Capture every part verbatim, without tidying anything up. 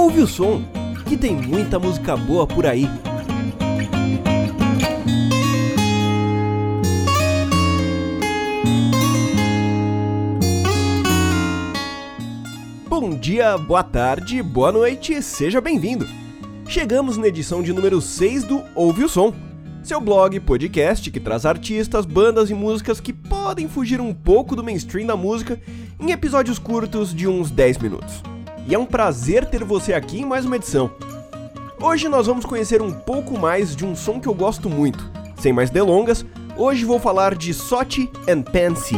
Ouve o som, que tem muita música boa por aí. Bom dia, boa tarde, boa noite, seja bem-vindo! Chegamos na edição de número seis do Ouve o Som, seu blog podcast que traz artistas, bandas e músicas que podem fugir um pouco do mainstream da música em episódios curtos de uns dez minutos. E é um prazer ter você aqui em mais uma edição. Hoje nós vamos conhecer um pouco mais de um som que eu gosto muito. Sem mais delongas, hoje vou falar de Sochi and Pansy.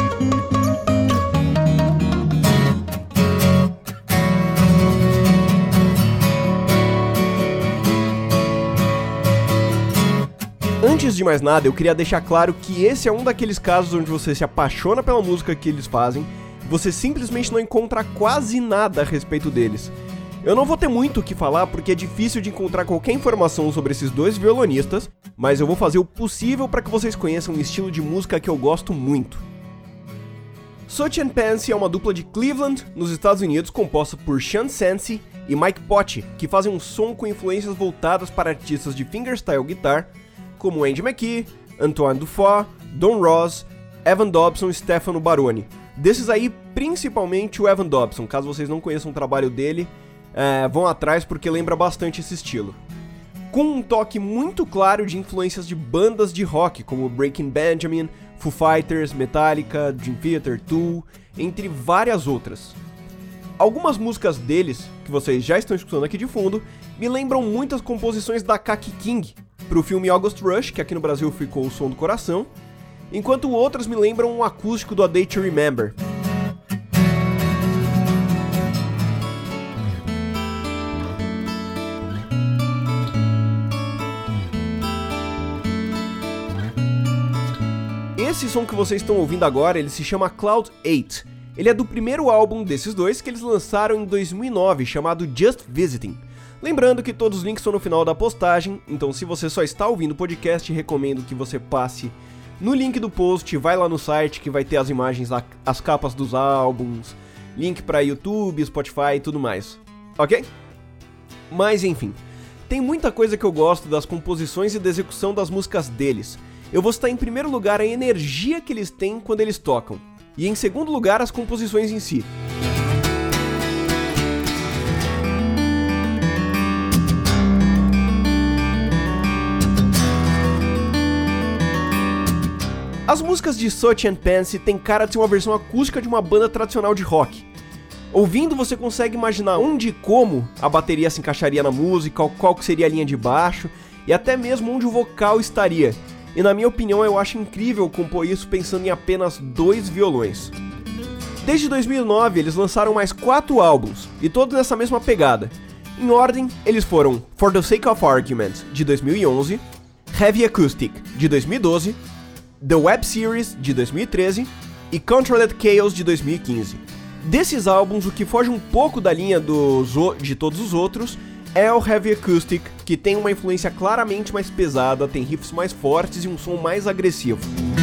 Antes de mais nada, eu queria deixar claro que esse é um daqueles casos onde você se apaixona pela música que eles fazem, você simplesmente não encontra quase nada a respeito deles. Eu não vou ter muito o que falar porque é difícil de encontrar qualquer informação sobre esses dois violonistas, mas eu vou fazer o possível para que vocês conheçam um estilo de música que eu gosto muito. Sochi and Pansy é uma dupla de Cleveland, nos Estados Unidos, composta por Sean Sansi e Mike Potti, que fazem um som com influências voltadas para artistas de fingerstyle guitar, como Andy McKee, Antoine Dufour, Don Ross, Evan Dobson e Stefano Baroni. Desses aí, principalmente o Evan Dobson. Caso vocês não conheçam o trabalho dele, é, vão atrás porque lembra bastante esse estilo. Com um toque muito claro de influências de bandas de rock, como Breaking Benjamin, Foo Fighters, Metallica, Dream Theater, Tool, entre várias outras. Algumas músicas deles, que vocês já estão escutando aqui de fundo, me lembram muitas composições da Kaki King, pro filme August Rush, que aqui no Brasil ficou O Som do Coração, enquanto outras me lembram um acústico do A Day to Remember. Esse som que vocês estão ouvindo agora, ele se chama Cloud eight. Ele é do primeiro álbum desses dois que eles lançaram em dois mil e nove, chamado Just Visiting. Lembrando que todos os links estão no final da postagem, então se você só está ouvindo o podcast, recomendo que você passe no link do post, vai lá no site que vai ter as imagens, as capas dos álbuns, link para YouTube, Spotify e tudo mais, ok? Mas enfim, tem muita coisa que eu gosto das composições e da execução das músicas deles. Eu vou citar em primeiro lugar a energia que eles têm quando eles tocam, e em segundo lugar as composições em si. As músicas de Sochi and Pansy têm cara de ser uma versão acústica de uma banda tradicional de rock. Ouvindo, você consegue imaginar onde e como a bateria se encaixaria na música, qual que seria a linha de baixo, e até mesmo onde o vocal estaria. E na minha opinião, eu acho incrível compor isso pensando em apenas dois violões. Desde dois mil e nove, eles lançaram mais quatro álbuns, e todos nessa mesma pegada. Em ordem, eles foram For the Sake of Argument, de dois mil e onze, Heavy Acoustic, de dois mil e doze, The Web Series, de dois mil e treze, e Controlled Chaos, de dois mil e quinze. Desses álbuns, o que foge um pouco da linha dos, de todos os outros é o Heavy Acoustic, que tem uma influência claramente mais pesada, tem riffs mais fortes e um som mais agressivo.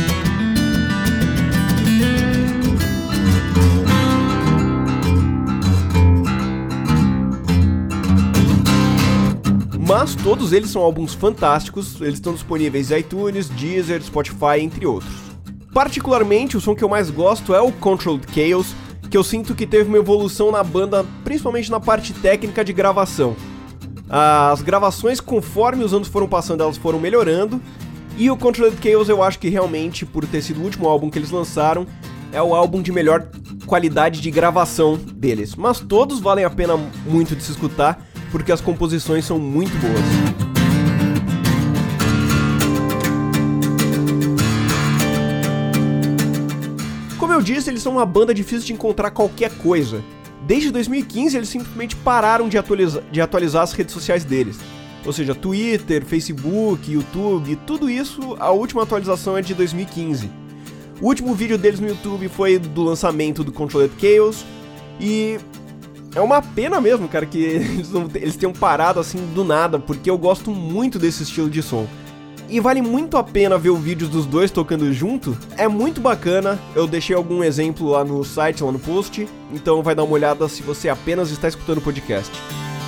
Mas todos eles são álbuns fantásticos, eles estão disponíveis em iTunes, Deezer, Spotify, entre outros. Particularmente, o som que eu mais gosto é o Controlled Chaos, que eu sinto que teve uma evolução na banda, principalmente na parte técnica de gravação. As gravações, conforme os anos foram passando, elas foram melhorando, e o Controlled Chaos eu acho que realmente, por ter sido o último álbum que eles lançaram, é o álbum de melhor qualidade de gravação deles. Mas todos valem a pena muito de se escutar, porque as composições são muito boas. Como eu disse, eles são uma banda difícil de encontrar qualquer coisa. Desde dois mil e quinze, eles simplesmente pararam de, atualiza- de atualizar as redes sociais deles. Ou seja, Twitter, Facebook, YouTube, tudo isso, a última atualização é de dois mil e quinze. O último vídeo deles no YouTube foi do lançamento do Controlled Chaos, e é uma pena mesmo, cara, que eles, não, eles tenham parado assim do nada, porque eu gosto muito desse estilo de som. E vale muito a pena ver o vídeo dos dois tocando junto, é muito bacana, eu deixei algum exemplo lá no site, lá no post, então vai dar uma olhada se você apenas está escutando o podcast.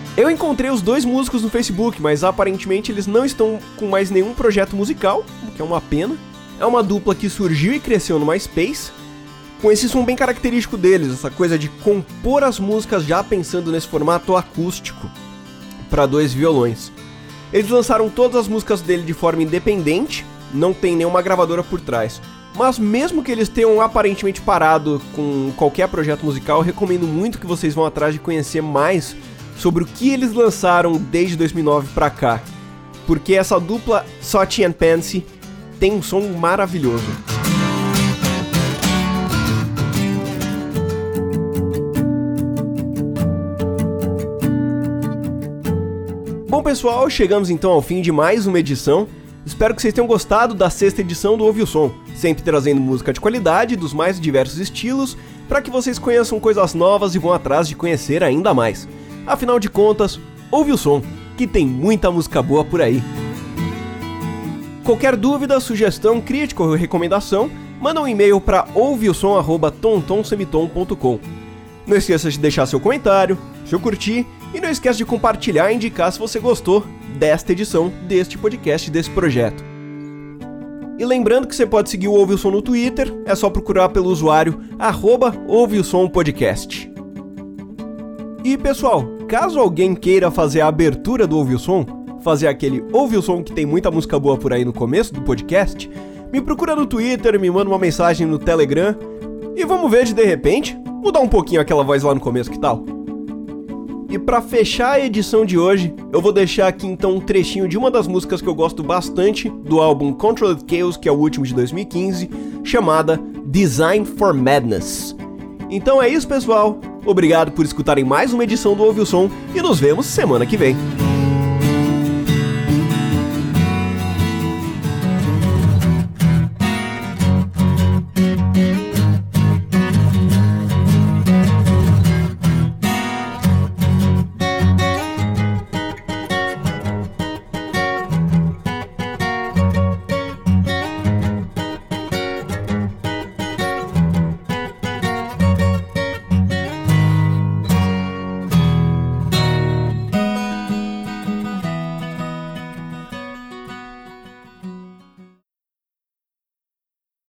Eu encontrei os dois músicos no Facebook, mas aparentemente eles não estão com mais nenhum projeto musical, o que é uma pena. É uma dupla que surgiu e cresceu no MySpace, com esse som bem característico deles, essa coisa de compor as músicas já pensando nesse formato acústico para dois violões. Eles lançaram todas as músicas dele de forma independente, não tem nenhuma gravadora por trás. Mas mesmo que eles tenham aparentemente parado com qualquer projeto musical, eu recomendo muito que vocês vão atrás de conhecer mais sobre o que eles lançaram desde dois mil e nove pra cá. Porque essa dupla, Saatchi and Pansy, tem um som maravilhoso. Bom pessoal, chegamos então ao fim de mais uma edição. Espero que vocês tenham gostado da sexta edição do Ouve o Som, sempre trazendo música de qualidade dos mais diversos estilos, para que vocês conheçam coisas novas e vão atrás de conhecer ainda mais. Afinal de contas, ouve o som, que tem muita música boa por aí. Qualquer dúvida, sugestão, crítica ou recomendação, manda um e-mail para ouve o som arroba tom tom semitom ponto com. Não esqueça de deixar seu comentário, seu curtir, e não esqueça de compartilhar e indicar se você gostou desta edição, deste podcast, desse projeto. E lembrando que você pode seguir o Ouve o Som no Twitter, é só procurar pelo usuário arroba Ouve o Som Podcast. E pessoal, caso alguém queira fazer a abertura do Ouve o Som, fazer aquele Ouve o Som que tem muita música boa por aí no começo do podcast, me procura no Twitter, me manda uma mensagem no Telegram, e vamos ver de de repente mudar um pouquinho aquela voz lá no começo, que tal? E pra fechar a edição de hoje, eu vou deixar aqui então um trechinho de uma das músicas que eu gosto bastante do álbum Controlled Chaos, que é o último de dois mil e quinze, chamada Design for Madness. Então é isso pessoal, obrigado por escutarem mais uma edição do Ouve o Som e nos vemos semana que vem.